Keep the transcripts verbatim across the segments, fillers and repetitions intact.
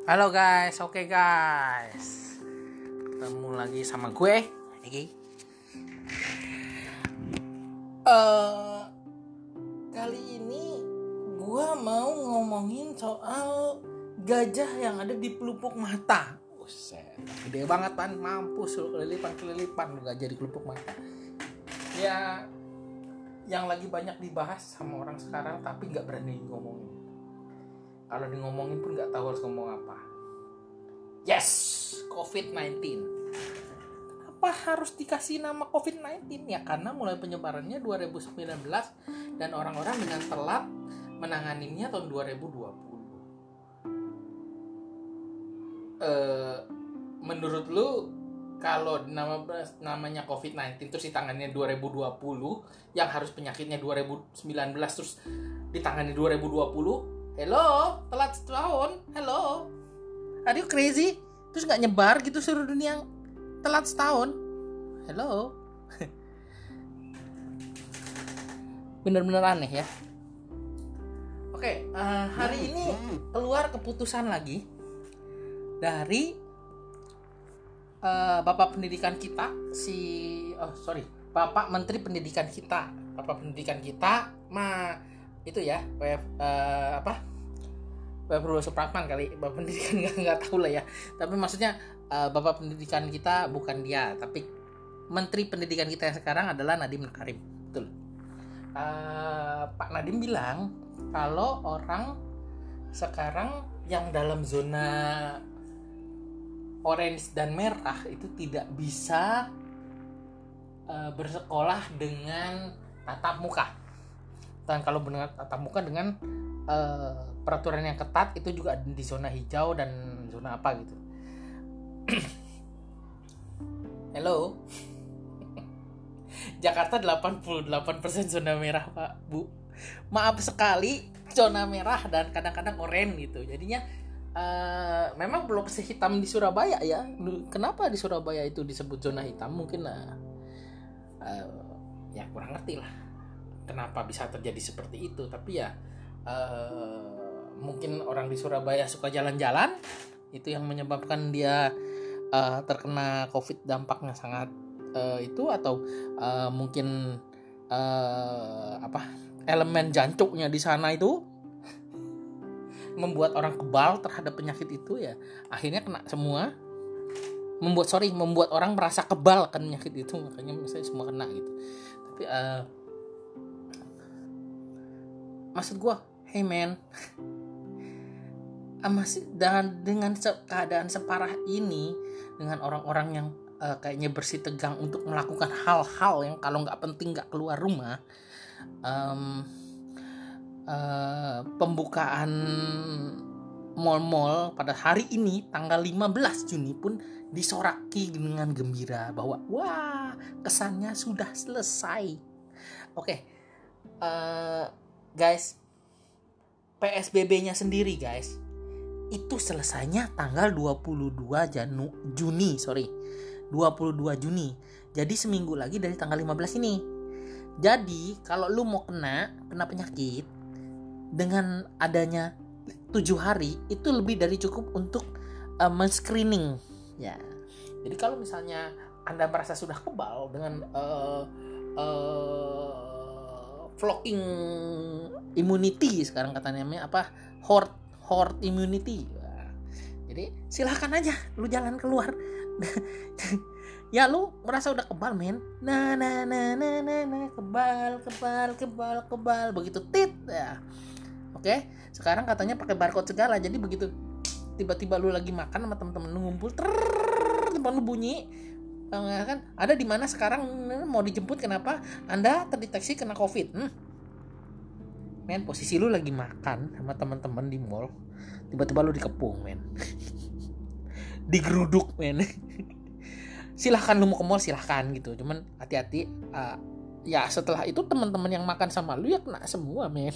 Halo guys, oke guys, ketemu lagi sama gue, Egi. Uh, kali ini gue mau ngomongin soal gajah yang ada di pelupuk mata. Buset, gede banget kan, mampus lu, kelilipan-kelilipan lu gajah di pelupuk mata. Ya, yang lagi banyak dibahas sama orang sekarang tapi nggak berani ngomongin. Kalau di ngomongin pun nggak tahu harus ngomong apa. Yes, covid sembilan belas. Kenapa harus dikasih nama covid sembilan belas? Ya karena mulai penyebarannya dua ribu sembilan belas dan orang-orang dengan telat menanganinya tahun dua ribu dua puluh. Uh, menurut lu kalau nama namanya covid sembilan belas terus ditangannya dua ribu dua puluh, yang harus penyakitnya dua ribu sembilan belas terus ditangani dua ribu dua puluh? Hello, telat setahun. Hello, are you crazy? Terus nggak nyebar gitu seluruh dunia yang telat setahun. Hello. Bener-bener aneh ya. Oke, uh, hari ini keluar keputusan lagi dari uh, Bapak Pendidikan kita, si oh sorry, Bapak Menteri Pendidikan kita, Bapak Pendidikan kita, ma itu ya, P F, uh, apa? P F Rudolf Supratman kali, Bapak Pendidikan nggak nggak tahu lah ya. Tapi maksudnya uh, Bapak Pendidikan kita bukan dia, tapi Menteri Pendidikan kita yang sekarang adalah Nadiem Makarim, betul. Uh, Pak Nadiem bilang kalau orang sekarang yang dalam zona orange dan merah itu tidak bisa uh, bersekolah dengan tatap muka. Dan kalau benar tatap muka dengan uh, peraturan yang ketat itu juga di zona hijau dan zona apa gitu. Hello. Jakarta delapan puluh delapan persen zona merah, Pak, Bu. Maaf sekali, zona merah dan kadang-kadang oranye gitu. Jadinya uh, memang belum sehitam di Surabaya ya. Kenapa di Surabaya itu disebut zona hitam? Mungkin uh, uh, ya kurang ngerti lah kenapa bisa terjadi seperti itu. Tapi ya uh, mungkin orang di Surabaya suka jalan-jalan, itu yang menyebabkan dia uh, terkena COVID dampaknya sangat uh, itu atau uh, mungkin uh, apa elemen jancuknya di sana itu membuat orang kebal terhadap penyakit itu, ya akhirnya kena semua, membuat sorry membuat orang merasa kebal kan penyakit itu, makanya misalnya semua kena gitu. Tapi uh, maksud gue, hey man, masih dan dengan keadaan separah ini, dengan orang-orang yang uh, kayaknya bersih tegang untuk melakukan hal-hal yang kalau nggak penting nggak keluar rumah, um, uh, pembukaan mal-mal pada hari ini tanggal lima belas Juni pun disoraki dengan gembira bahwa wah kesannya sudah selesai. Oke, okay. uh, Guys, P S B B-nya sendiri guys, itu selesainya tanggal dua puluh dua Juni, sorry, dua puluh dua Juni. Jadi seminggu lagi dari tanggal lima belas ini. Jadi kalau lu mau kena kena penyakit dengan adanya tujuh hari itu lebih dari cukup untuk uh, men-screening ya. Jadi kalau misalnya Anda merasa sudah kebal dengan uh, uh, flocking immunity, sekarang katanya apa horde horde immunity. Jadi silahkan aja lu jalan keluar. Ya lu merasa udah kebal men, nah nah nah nah nah, nah. kebal kebal kebal kebal begitu tit ya. Oke, sekarang katanya pakai barcode segala, jadi begitu tiba-tiba lu lagi makan sama temen-temen lu ngumpul, tempat lu bunyi kan, ada di mana sekarang mau dijemput, kenapa Anda terdeteksi kena COVID. hmm? Men, posisi lu lagi makan sama teman-teman di mall, tiba-tiba lu dikepung men. Digeruduk men. Silahkan lu mau ke mall silahkan gitu, cuman hati-hati. uh, ya setelah itu teman-teman yang makan sama lu ya kena semua men,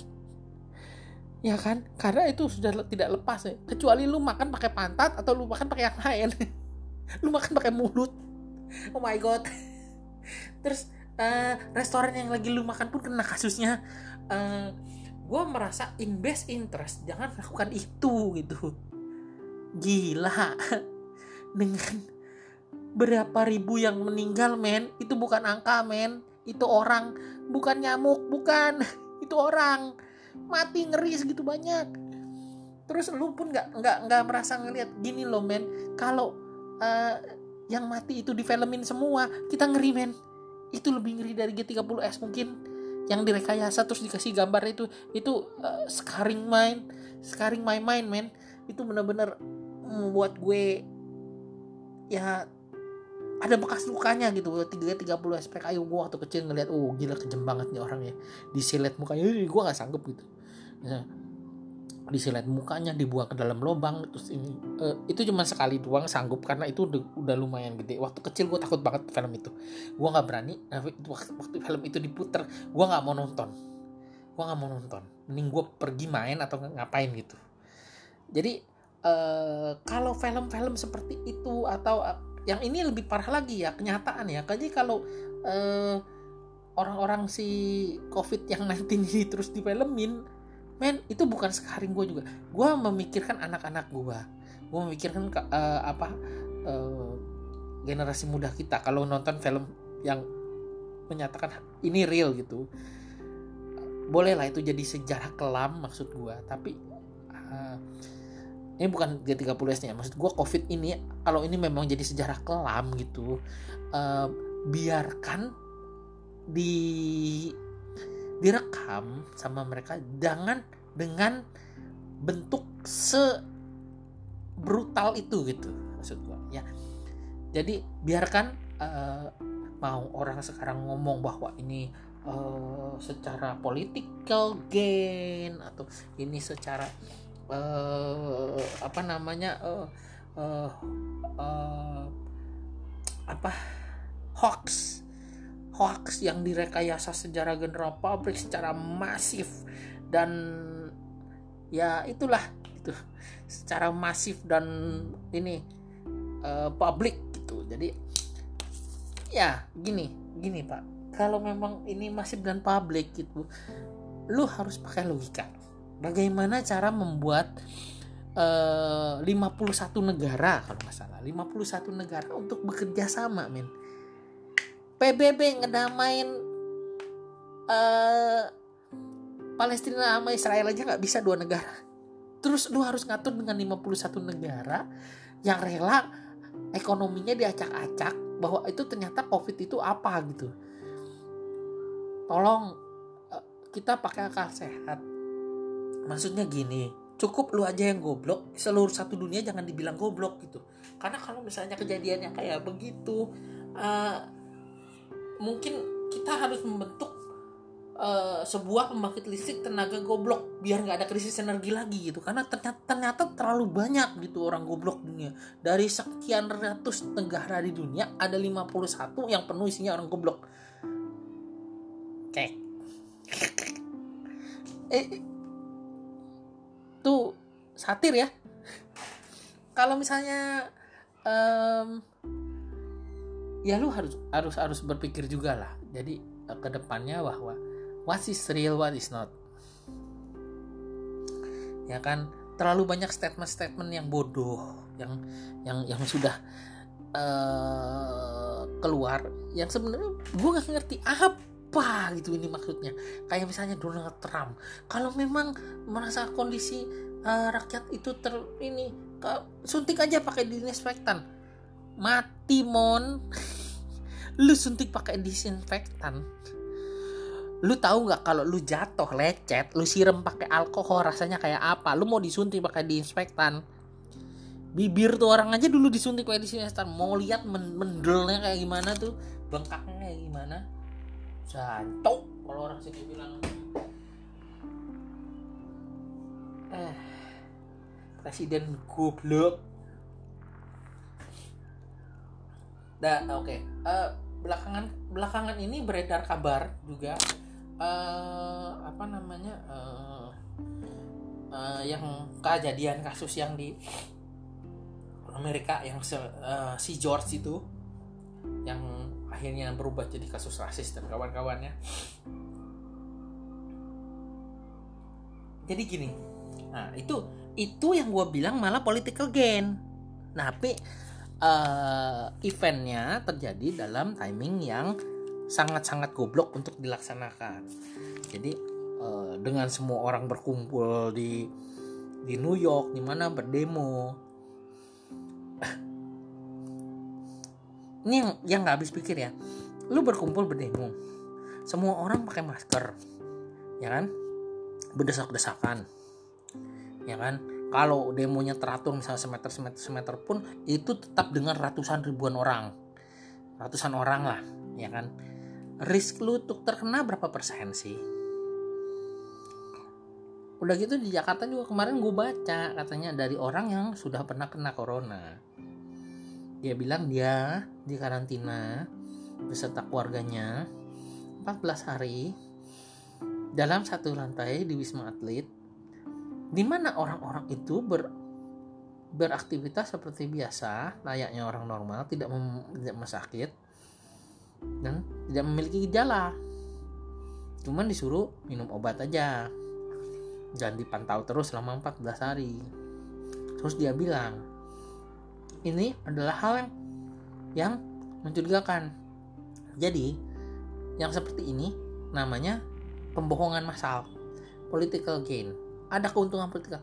ya kan, karena itu sudah tidak lepas ya. Kecuali lu makan pakai pantat atau lu makan pakai yang lain. Lu makan pakai mulut, oh my god. Terus uh, restoran yang lagi lu makan pun kena kasusnya. uh, Gue merasa in best interest jangan lakukan itu gitu. Gila. Dengan berapa ribu yang meninggal, men. Itu bukan angka, men. Itu orang, bukan nyamuk, bukan. Itu orang. Mati ngeri segitu banyak. Terus lu pun nggak nggak nggak merasa ngelihat gini loh, men. Kalau uh, yang mati itu difilmin semua, kita ngeri, men. Itu lebih ngeri dari G tiga puluh S mungkin. Yang direkayasa terus dikasih gambar itu, itu uh, scarring mind, scarring my mind, men. Itu benar-benar membuat gue ya ada bekas lukanya gitu. Tiga puluh S P K, gue waktu kecil ngeliat, oh gila kejem banget nih orangnya, disilet mukanya, gue nggak sanggup gitu. Nah, disilet mukanya, dibuang ke dalam lubang, terus ini uh, itu cuma sekali doang sanggup karena itu udah, udah lumayan gede. Waktu kecil gue takut banget film itu, gue nggak berani. Nah, waktu, waktu film itu diputer, gue nggak mau nonton, gue nggak mau nonton, mending gue pergi main atau ngapain gitu. Jadi Uh, kalau film-film seperti itu atau uh, yang ini lebih parah lagi ya, kenyataan ya. Jadi kalau uh, orang-orang si COVID yang sembilan belas ini terus difilmin, men, itu bukan scarring gue juga. Gue memikirkan anak-anak gue, gue memikirkan uh, apa uh, generasi muda kita kalau nonton film yang menyatakan ini real gitu. Boleh lah itu jadi sejarah kelam maksud gue, tapi uh, ini bukan G tiga puluh S-nya, maksud gue COVID ini, kalau ini memang jadi sejarah kelam gitu, uh, biarkan di direkam sama mereka, jangan dengan bentuk sebrutal itu gitu, maksud gue ya. Jadi biarkan uh, mau orang sekarang ngomong bahwa ini uh, secara political gain atau ini secara Uh, apa namanya uh, uh, uh, apa hoax hoax yang direkayasa secara general public secara masif, dan ya itulah itu secara masif dan ini uh, publik gitu. Jadi ya gini gini Pak, kalau memang ini masif dan publik gitu, lu harus pakai logika. Bagaimana cara membuat uh, lima puluh satu negara, kalau nggak salah lima puluh satu negara untuk bekerja sama, men. P B B ngedamain uh, Palestina sama Israel aja nggak bisa dua negara. Terus lu harus ngatur dengan lima puluh satu negara yang rela ekonominya diacak-acak bahwa itu ternyata COVID itu apa gitu. Tolong uh, kita pakai akal sehat. Maksudnya gini, cukup lu aja yang goblok, seluruh satu dunia jangan dibilang goblok gitu. Karena kalau misalnya kejadiannya kayak begitu, uh, mungkin kita harus membentuk uh, sebuah pembangkit listrik tenaga goblok biar nggak ada krisis energi lagi gitu. Karena ternyata, ternyata terlalu banyak gitu orang goblok dunia. Dari sekian ratus negara di dunia ada lima puluh satu yang penuh isinya orang goblok. Cek. eh Itu satir ya. Kalau misalnya um, ya lu harus harus harus berpikir juga lah. Jadi uh, ke depannya bahwa what is real, what is not. Ya kan, terlalu banyak statement-statement yang bodoh yang yang yang sudah uh, keluar yang sebenarnya gue nggak ngerti apa gitu ini maksudnya. Kayak misalnya Donald Trump, kalau memang merasa kondisi uh, rakyat itu ter ini ke, suntik aja pakai disinfektan, mati mon. Lu suntik pakai disinfektan, lu tahu nggak kalau lu jatuh lecet, lu siram pakai alkohol rasanya kayak apa? Lu mau disuntik pakai disinfektan, bibir tuh orang aja dulu disuntik pakai disinfektan, mau lihat mendelnya kayak gimana tuh, bengkaknya kayak gimana. Jantung kalau orang sini bilang. Eh, presiden goblok. Dah, oke. Okay. Uh, belakangan belakangan ini beredar kabar juga uh, apa namanya uh, uh, yang kejadian kasus yang di Amerika yang se, uh, si George itu yang akhirnya berubah jadi kasus rasis dan kawan-kawannya. Jadi gini, nah itu itu yang gue bilang malah political gain. Nah, tapi uh, eventnya terjadi dalam timing yang sangat-sangat goblok untuk dilaksanakan. Jadi uh, dengan semua orang berkumpul di di New York, di mana berdemo, ini yang yang nggak habis pikir ya. Lu berkumpul berdemo, semua orang pakai masker, ya kan? Berdesak-desakan, ya kan? Kalau demonya teratur misalnya semeter semeter semeter pun itu tetap dengan ratusan ribuan orang, ratusan orang lah, ya kan? Risk lu untuk terkena berapa persen sih? Udah gitu di Jakarta juga kemarin gue baca katanya dari orang yang sudah pernah kena corona, dia bilang dia di karantina beserta keluarganya empat belas hari dalam satu lantai di Wisma Atlet, di mana orang-orang itu ber, beraktivitas seperti biasa layaknya orang normal, tidak mem, tidak sakit dan tidak memiliki gejala, cuman disuruh minum obat aja dan dipantau terus selama empat belas hari. Terus dia bilang ini adalah hal yang yang mencurigakan. Jadi yang seperti ini namanya pembohongan massal, political gain. Ada keuntungan politikal.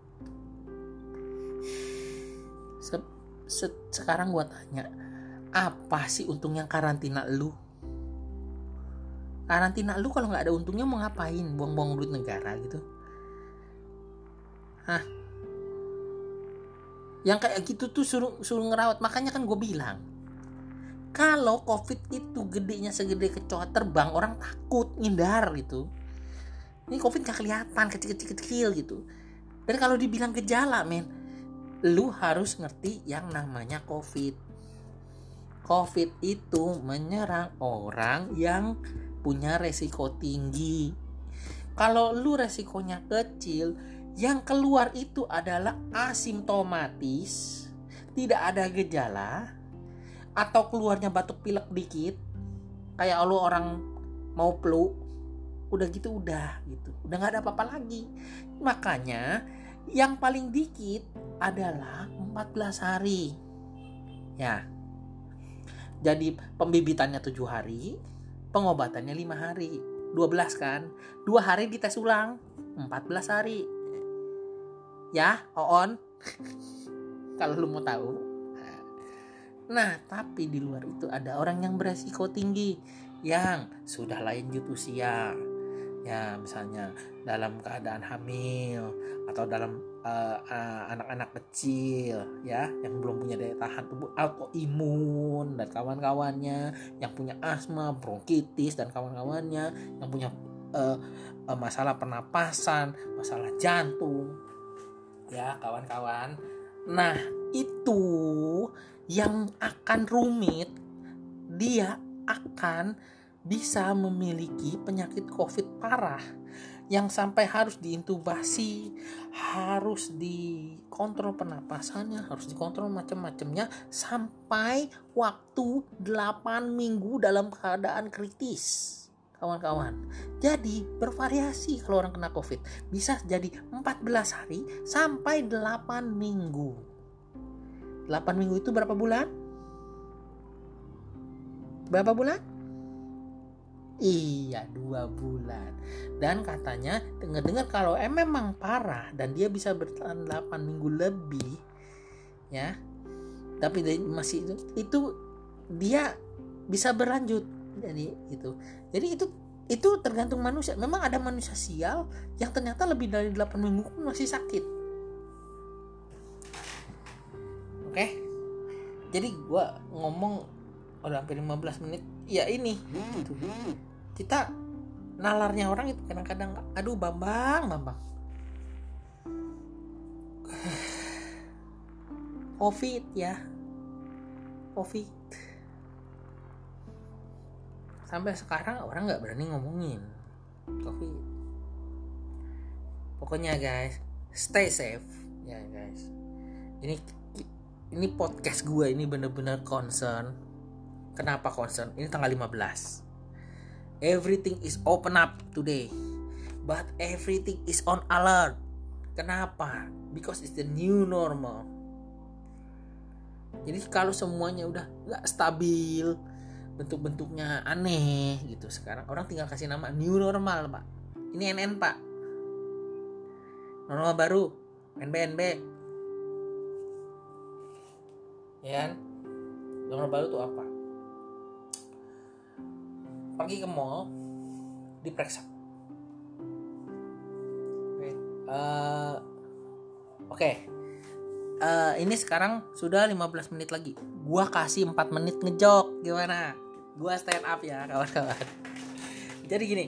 Se- se- sekarang gue tanya, apa sih untungnya karantina lu? Karantina lu kalau nggak ada untungnya mau ngapain? Buang-buang duit negara gitu? Hah? Yang kayak gitu tuh suruh suruh ngerawat. Makanya kan gue bilang, kalau COVID itu gedenya segede kecoa terbang, orang takut ngindar gitu. Ini COVID gak kelihatan, kecil-kecil gitu. Dan kalau dibilang gejala, men, lu harus ngerti yang namanya COVID. COVID itu menyerang orang yang punya resiko tinggi. Kalau lu resikonya kecil, yang keluar itu adalah asimptomatis, tidak ada gejala, atau keluarnya batuk pilek dikit, kayak lu orang mau flu, udah gitu udah gitu, udah nggak ada apa-apa lagi. Makanya yang paling dikit adalah empat belas hari, ya. Jadi pembibitannya tujuh hari, pengobatannya lima hari, dua belas kan, dua hari dites ulang, empat belas hari. Ya, Oon. Kalau lu mau tahu. Nah, tapi di luar itu ada orang yang beresiko tinggi, yang sudah lanjut usia. Ya, misalnya dalam keadaan hamil atau dalam uh, uh, anak-anak kecil, ya, yang belum punya daya tahan tubuh, autoimun dan kawan-kawannya, yang punya asma, bronkitis dan kawan-kawannya, yang punya uh, uh, masalah pernapasan, masalah jantung. Ya kawan-kawan. Nah itu yang akan rumit. Dia akan bisa memiliki penyakit COVID parah yang sampai harus diintubasi, harus dikontrol pernapasannya, harus dikontrol macam-macamnya sampai waktu delapan minggu dalam keadaan kritis. Kawan-kawan, jadi bervariasi kalau orang kena COVID. Bisa jadi empat belas hari sampai delapan minggu. delapan minggu itu berapa bulan? Berapa bulan? Iya, dua bulan. Dan katanya, dengar-dengar kalau eh, memang parah dan dia bisa bertahan delapan minggu lebih, ya. Tapi masih itu, itu dia bisa berlanjut. Jadi itu. Jadi itu itu tergantung manusia. Memang ada manusia sial yang ternyata lebih dari delapan minggu pun masih sakit. Oke. Jadi gua ngomong udah hampir lima belas menit. Ya ini gitu. Kita nalarnya orang itu kadang-kadang, aduh Bambang, Bambang. Covid ya. Covid. Sampai sekarang orang gak berani ngomongin COVID. Pokoknya guys, stay safe ya guys. Ini ini podcast gue ini bener-bener concern. Kenapa concern? Ini tanggal lima belas. Everything is open up today, but everything is on alert. Kenapa? Because it's the new normal. Jadi kalau semuanya udah gak stabil, bentuk-bentuknya aneh gitu, sekarang orang tinggal kasih nama new normal, Pak. Ini N N, Pak. Normal baru, N B N B. Ya kan? Normal baru tuh apa? Pergi ke mall, diperiksa. Oke. Uh, Oke. Okay. Uh, ini sekarang sudah lima belas menit lagi. Gua kasih empat menit ngejok. Gimana? Gua stand up ya, kawan-kawan. Jadi gini.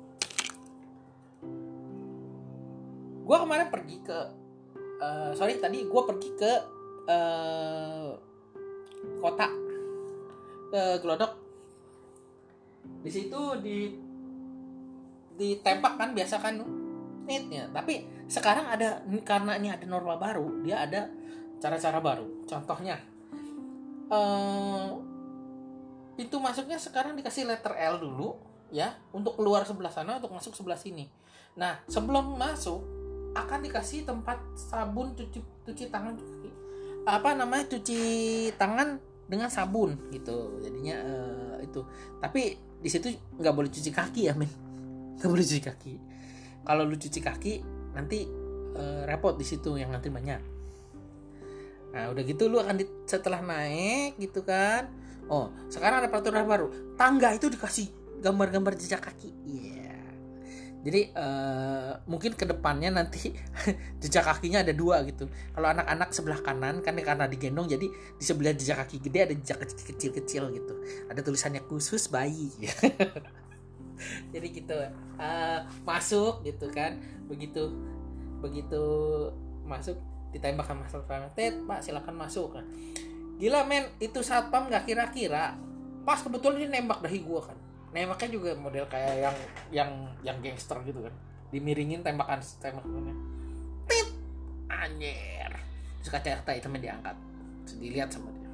Gua kemarin pergi ke uh, sorry tadi gua pergi ke uh, kota, ke Glodok. Di situ di ditembak kan biasa kan nitnya. Tapi sekarang ada, karena ini ada norma baru, dia ada cara-cara baru. Contohnya uh, pintu masuknya sekarang dikasih letter L dulu ya, untuk keluar sebelah sana, untuk masuk sebelah sini. Nah, sebelum masuk akan dikasih tempat sabun cuci cuci tangan, cuci, apa namanya cuci tangan dengan sabun gitu. Jadinya uh, itu. Tapi di situ nggak boleh cuci kaki ya, men. Nggak boleh cuci kaki. Kalau lu cuci kaki nanti uh, repot di situ yang nanti banyak. Nah, udah gitu lu akan di, setelah naik gitu kan. Oh, sekarang ada peraturan baru. Tangga itu dikasih gambar-gambar jejak kaki. Iya. Yeah. Jadi uh, mungkin kedepannya nanti jejak kakinya ada dua gitu. Kalau anak-anak sebelah kanan kan karena digendong, jadi di sebelah jejak kaki gede ada jejak kecil-kecil gitu. Ada tulisannya khusus bayi. Jadi gitu uh, masuk gitu kan. Begitu begitu masuk ditembak sama satpam, "Tet, Pak, silakan masuk." Nah, gila men, itu satpam gak kira-kira pas kebetulan dia nembak dahi gua kan. Nembaknya juga model kayak yang yang yang gangster gitu kan. Dimiringin tembakan tembakannya. Tit, anjir. Terus kaca-kaca hitamnya diangkat. Terus dilihat sama dia.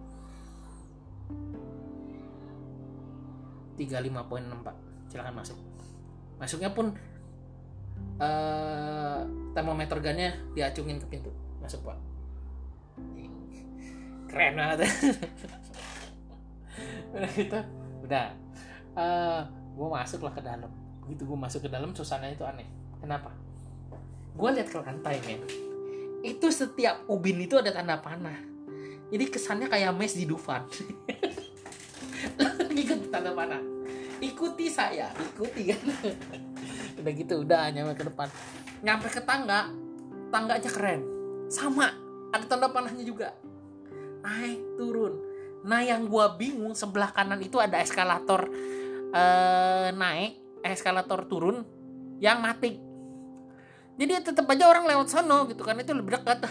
tiga puluh lima koma enam, Pak. Silakan masuk. Masuknya pun uh, termometer gunnya diacungin ke pintu. Masuk, Pak. Keren banget. Udah gitu. Udah. Uh, gue masuk lah ke dalam. Begitu gue masuk ke dalam, suasananya itu aneh. Kenapa? Gue lihat ke lantai, men. Itu setiap ubin itu ada tanda panah. Jadi kesannya kayak mes di Dufan. Ikut tanda panah. Ikuti saya, ikuti kan. Udah gitu, udah nyampe ke depan. Nyampe ke tangga, tangganya keren. Sama, ada tanda panahnya juga. Naik turun. Nah, yang gue bingung, sebelah kanan itu ada eskalator eh, naik, eskalator turun yang mati. Jadi tetap aja orang lewat sono gitu kan, itu lebih dekat.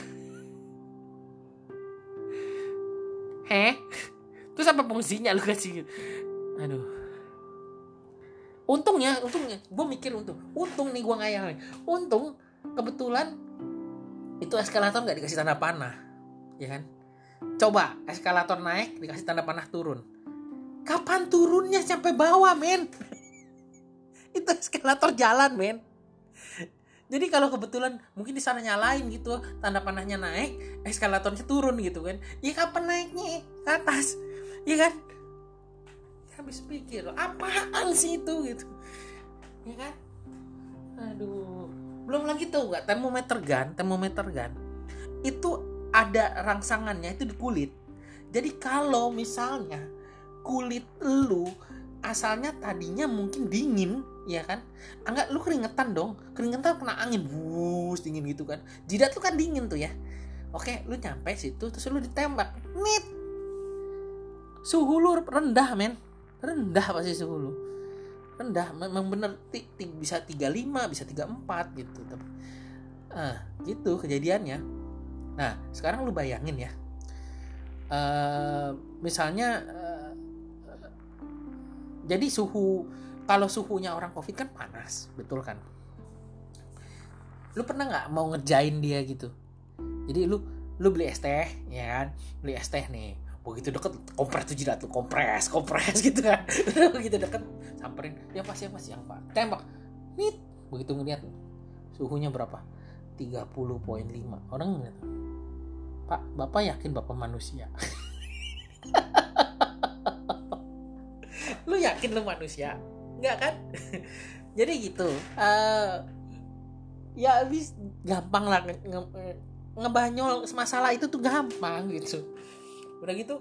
Heh, terus apa fungsinya lu kasih? Aduh. Untungnya, untungnya, gue mikir untung, untung nih gue ngayal nih. Untung kebetulan itu eskalator nggak dikasih tanda panah, ya kan? Coba eskalator naik dikasih tanda panah turun. Kapan turunnya sampai bawah, men? Itu eskalator jalan, men. Jadi kalau kebetulan mungkin di sana nyalain gitu, tanda panahnya naik, eskalatornya turun gitu kan. Ya kapan naiknya ke atas? Ya kan? Habis pikir, apaan sih itu gitu. Ya kan? Aduh. Belum lagi tuh enggak termometer gun, termometer gun. Itu ada rangsangannya itu di kulit. Jadi kalau misalnya kulit lu asalnya tadinya mungkin dingin, ya kan? Enggak, lu keringetan dong. Keringetan kena angin, wuss, dingin gitu kan. Jidat lu kan dingin tuh ya. Oke, lu nyampe situ terus lu ditembak. Nit. Suhu lu rendah, men. Rendah pasti suhu lu. Rendah, memang bener t- t- bisa tiga puluh lima, bisa tiga puluh empat gitu. Ah, gitu kejadiannya. Nah, sekarang lu bayangin ya. Uh, misalnya uh, jadi suhu, kalau suhunya orang COVID kan panas, betul kan? Lu pernah nggak mau ngerjain dia gitu? Jadi lu lu beli es teh, ya kan? Beli es teh nih, begitu deket kompres tuh jidat lu, kompres, kompres gitu kan? Begitu deket, samperin, ya pas ya mas, yang pak, tembak, nit, begitu ngeliat suhunya berapa? tiga puluh koma lima. Orang nggak, Pak, Bapak yakin Bapak manusia? Lu yakin lu manusia? Enggak kan? Jadi gitu. Uh, ya habis gampang lah nge- nge- ngebanyol masalah itu tuh gampang gitu. Udah gitu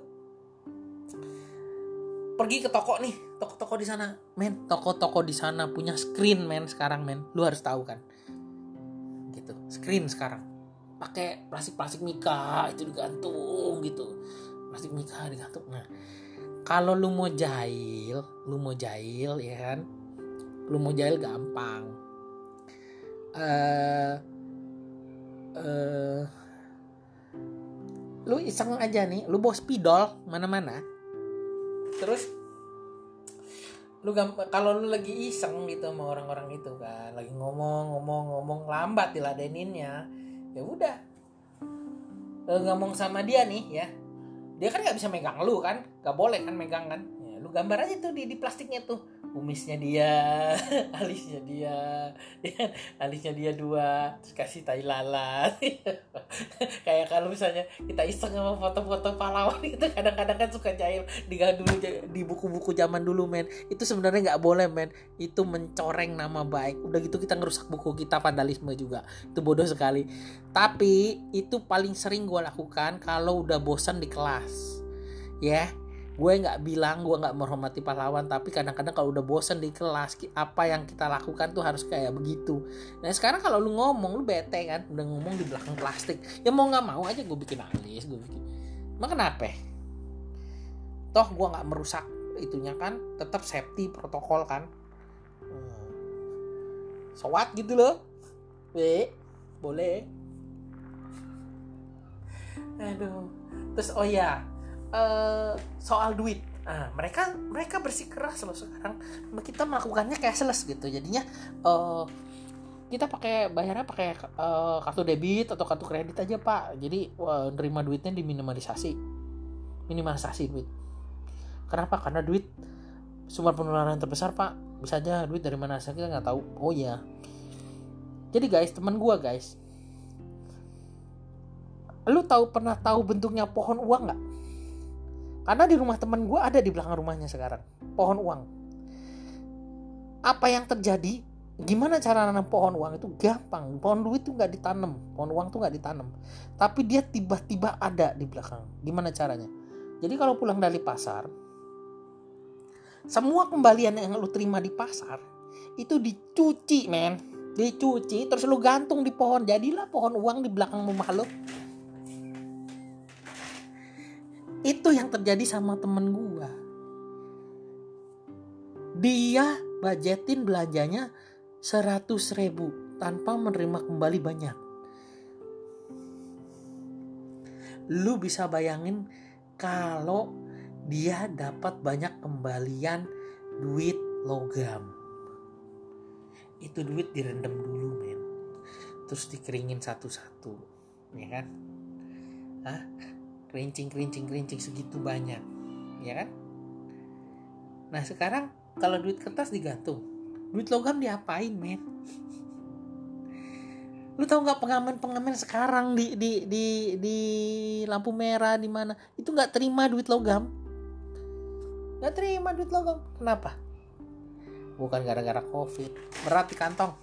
pergi ke toko nih, toko-toko di sana, men, toko-toko di sana punya screen, men, sekarang, men, lu harus tahu kan, gitu, screen sekarang, pakai plastik-plastik mika itu digantung, gitu, plastik mika digantung. Nah, kalau lu mau jahil, lu mau jahil, ya kan, lu mau jahil gampang, eh, uh, uh, lu iseng aja nih, lu bawa spidol mana-mana. Terus lu kalau lu lagi iseng gitu sama orang-orang itu kan, lagi ngomong-ngomong-ngomong lambat diladeninnya, ya udah, lu ngomong sama dia nih ya, dia kan nggak bisa megang lu kan, nggak boleh kan megang kan, ya, lu gambar aja tuh di, di plastiknya tuh, kumisnya dia, alisnya dia, ya, alisnya dia dua, terus kasih tai lalat. Kayak kalau misalnya kita iseng sama foto-foto pahlawan itu, kadang-kadang kan suka jahil di dulu di buku-buku zaman dulu, men. Itu sebenarnya nggak boleh, men. Itu mencoreng nama baik. Udah gitu kita ngerusak buku kita, vandalisme juga. Itu bodoh sekali. Tapi itu paling sering gue lakukan kalau udah bosan di kelas, ya. Gue nggak bilang gue nggak menghormati pahlawan, tapi kadang-kadang kalau udah bosen di kelas, apa yang kita lakukan tuh harus kayak begitu. Nah sekarang kalau lu ngomong, lu bete kan, udah ngomong di belakang plastik, ya mau nggak mau aja gue bikin alis, gue bikin. Emang kenapa? Toh gue nggak merusak itunya kan, tetap safety protokol kan. Hmm. So what gitu loh, be, boleh. Aduh, terus oh ya. Uh, soal duit, nah, mereka mereka bersikeras loh sekarang. Kita melakukannya cashless gitu, jadinya uh, kita pakai bayarnya pakai uh, kartu debit atau kartu kredit aja, Pak. Jadi uh, nerima duitnya diminimalisasi, minimalisasi duit. Kenapa? Karena duit sumber penularan terbesar, Pak. Bisa aja duit dari mana aja kita nggak tahu. Oh ya. Jadi guys, teman gue guys, lu tahu pernah tahu bentuknya pohon uang nggak? Karena di rumah teman gue ada di belakang rumahnya sekarang pohon uang. Apa yang terjadi? Gimana cara nanam pohon uang itu? Gampang. Pohon duit tuh nggak ditanam, pohon uang tuh nggak ditanam. Tapi dia tiba-tiba ada di belakang. Gimana caranya? Jadi kalau pulang dari pasar, semua kembalian yang lu terima di pasar itu dicuci, men, dicuci terus lu gantung di pohon. Jadilah pohon uang di belakang rumah lu. Itu yang terjadi sama temen gue. Dia budgetin belanjanya seratus ribu tanpa menerima kembali banyak. Lu bisa bayangin kalau dia dapat banyak kembalian duit logam. Itu duit direndam dulu, men. Terus dikeringin satu-satu, ya kan? Hah? Kerincing, kerincing, kerincing segitu banyak, ya kan? Nah sekarang kalau duit kertas digantung, duit logam diapain, men? Lu tahu nggak pengamen-pengamen sekarang di di di di lampu merah di mana itu nggak terima duit logam, nggak terima duit logam. Kenapa? Bukan gara-gara covid, berat di kantong,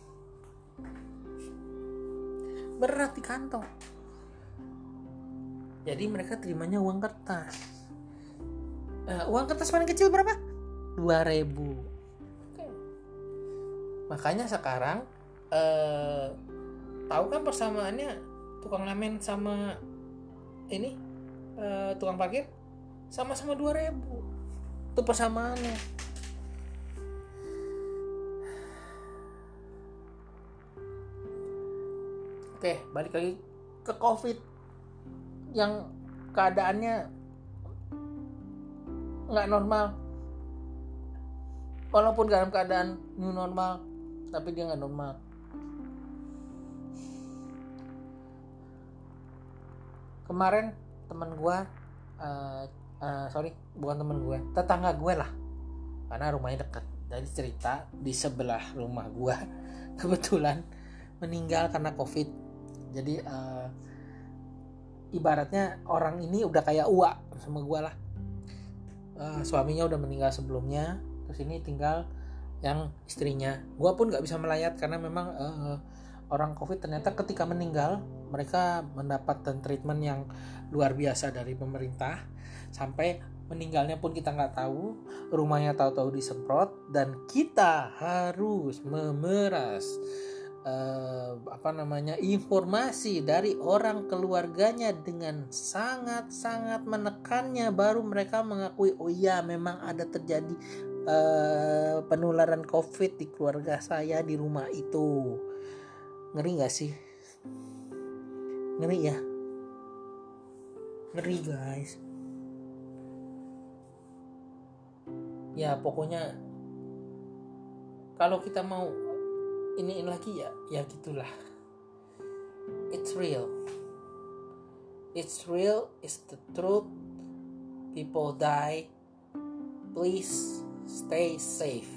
berat di kantong. Jadi mereka terimanya uang kertas. Uh, uang kertas paling kecil berapa? dua ribu. Okay. Makanya sekarang uh, tahu kan persamaannya tukang ngamen sama ini uh, tukang parkir sama-sama dua ribu. Itu persamaannya. Oke, balik lagi ke covid yang keadaannya nggak normal. Walaupun dalam keadaan new normal, tapi dia nggak normal. Kemarin teman gue, uh, uh, sorry bukan teman gue, tetangga gue lah, karena rumahnya dekat. Jadi cerita di sebelah rumah gue kebetulan meninggal karena covid. Jadi uh, ibaratnya orang ini udah kayak uak sama gue lah. Uh, suaminya udah meninggal sebelumnya, terus ini tinggal yang istrinya. Gue pun nggak bisa melayat karena memang uh, orang COVID ternyata ketika meninggal mereka mendapatkan treatment yang luar biasa dari pemerintah. Sampai meninggalnya pun kita nggak tahu, rumahnya tahu-tahu disemprot, dan kita harus memeras uh, apa namanya informasi dari orang keluarganya dengan sangat-sangat menekannya, baru mereka mengakui oh iya memang ada terjadi uh, penularan COVID di keluarga saya di rumah itu. Ngeri nggak sih? Ngeri ya? Ngeri guys. Ya pokoknya kalau kita mau iniin lagi ya, ya gitulah. It's real. It's real. It's the truth. People die. Please stay safe.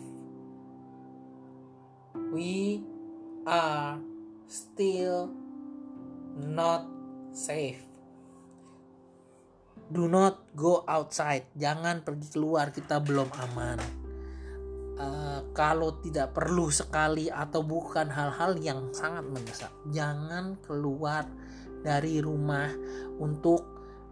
We are still not safe. Do not go outside. Jangan pergi keluar, kita belum aman. Uh, kalau tidak perlu sekali atau bukan hal-hal yang sangat mendesak, jangan keluar dari rumah untuk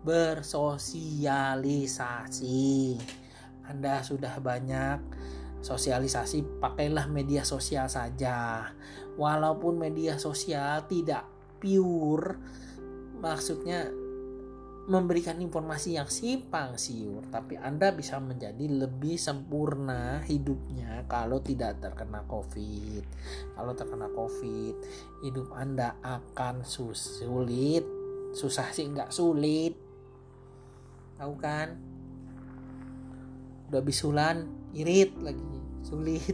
bersosialisasi. Anda sudah banyak sosialisasi, pakailah media sosial saja. Walaupun media sosial tidak pure, maksudnya memberikan informasi yang simpang siur, tapi Anda bisa menjadi lebih sempurna hidupnya kalau tidak terkena COVID. Kalau terkena COVID, hidup Anda akan sulit. Susah sih nggak sulit, tahu kan? Udah bisulan, irit lagi, sulit.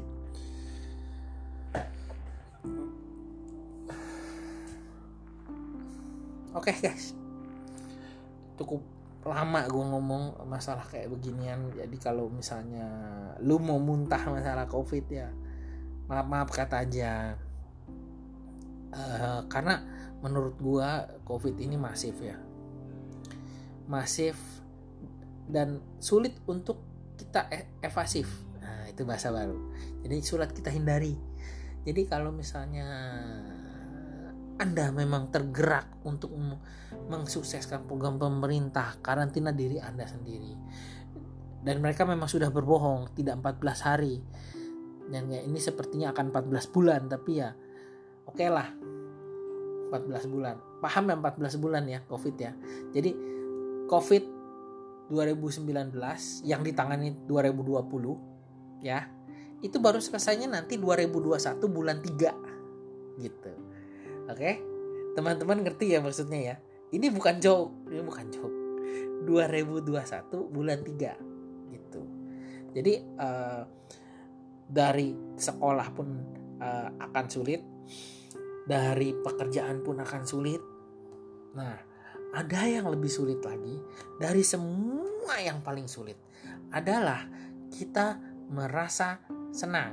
Oke okay, guys, cukup lama gue ngomong masalah kayak beginian. Jadi kalau misalnya lu mau muntah masalah COVID ya maaf-maaf kata aja. Uh, karena menurut gue COVID ini masif ya, masif dan sulit untuk kita evasif. Nah itu bahasa baru. Jadi sulit kita hindari. Jadi kalau misalnya Anda memang tergerak untuk mensukseskan program pemerintah karantina diri Anda sendiri, dan mereka memang sudah berbohong tidak empat belas hari, dan ya ini sepertinya akan empat belas bulan, tapi ya oke okay lah empat belas bulan, paham ya empat belas bulan ya COVID ya. Jadi COVID dua ribu sembilan belas yang ditangani dua ribu dua puluh ya, itu baru selesainya nanti dua ribu dua puluh satu bulan tiga gitu. Oke, okay? Teman-teman ngerti ya maksudnya ya. Ini bukan joke, ini bukan joke. dua ribu dua puluh satu bulan tiga gitu. Jadi uh, dari sekolah pun uh, akan sulit, dari pekerjaan pun akan sulit. Nah, ada yang lebih sulit lagi. Dari semua yang paling sulit adalah kita merasa senang.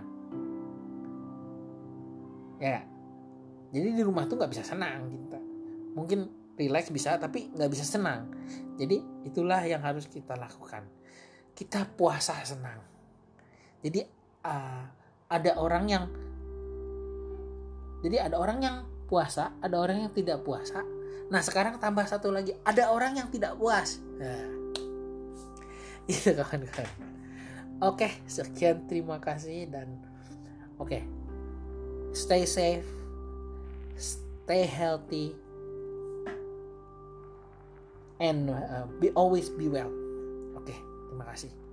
Ya. Jadi di rumah tuh gak bisa senang kita. Mungkin relax bisa, tapi gak bisa senang. Jadi itulah yang harus kita lakukan. Kita puasa senang. Jadi uh, ada orang yang Jadi ada orang yang puasa, ada orang yang tidak puasa. Nah sekarang tambah satu lagi, ada orang yang tidak puas. Nah, itu kawan-kawan. Oke, sekian, terima kasih, dan oke, stay safe, stay healthy, and uh, be always be well. Oke, terima kasih.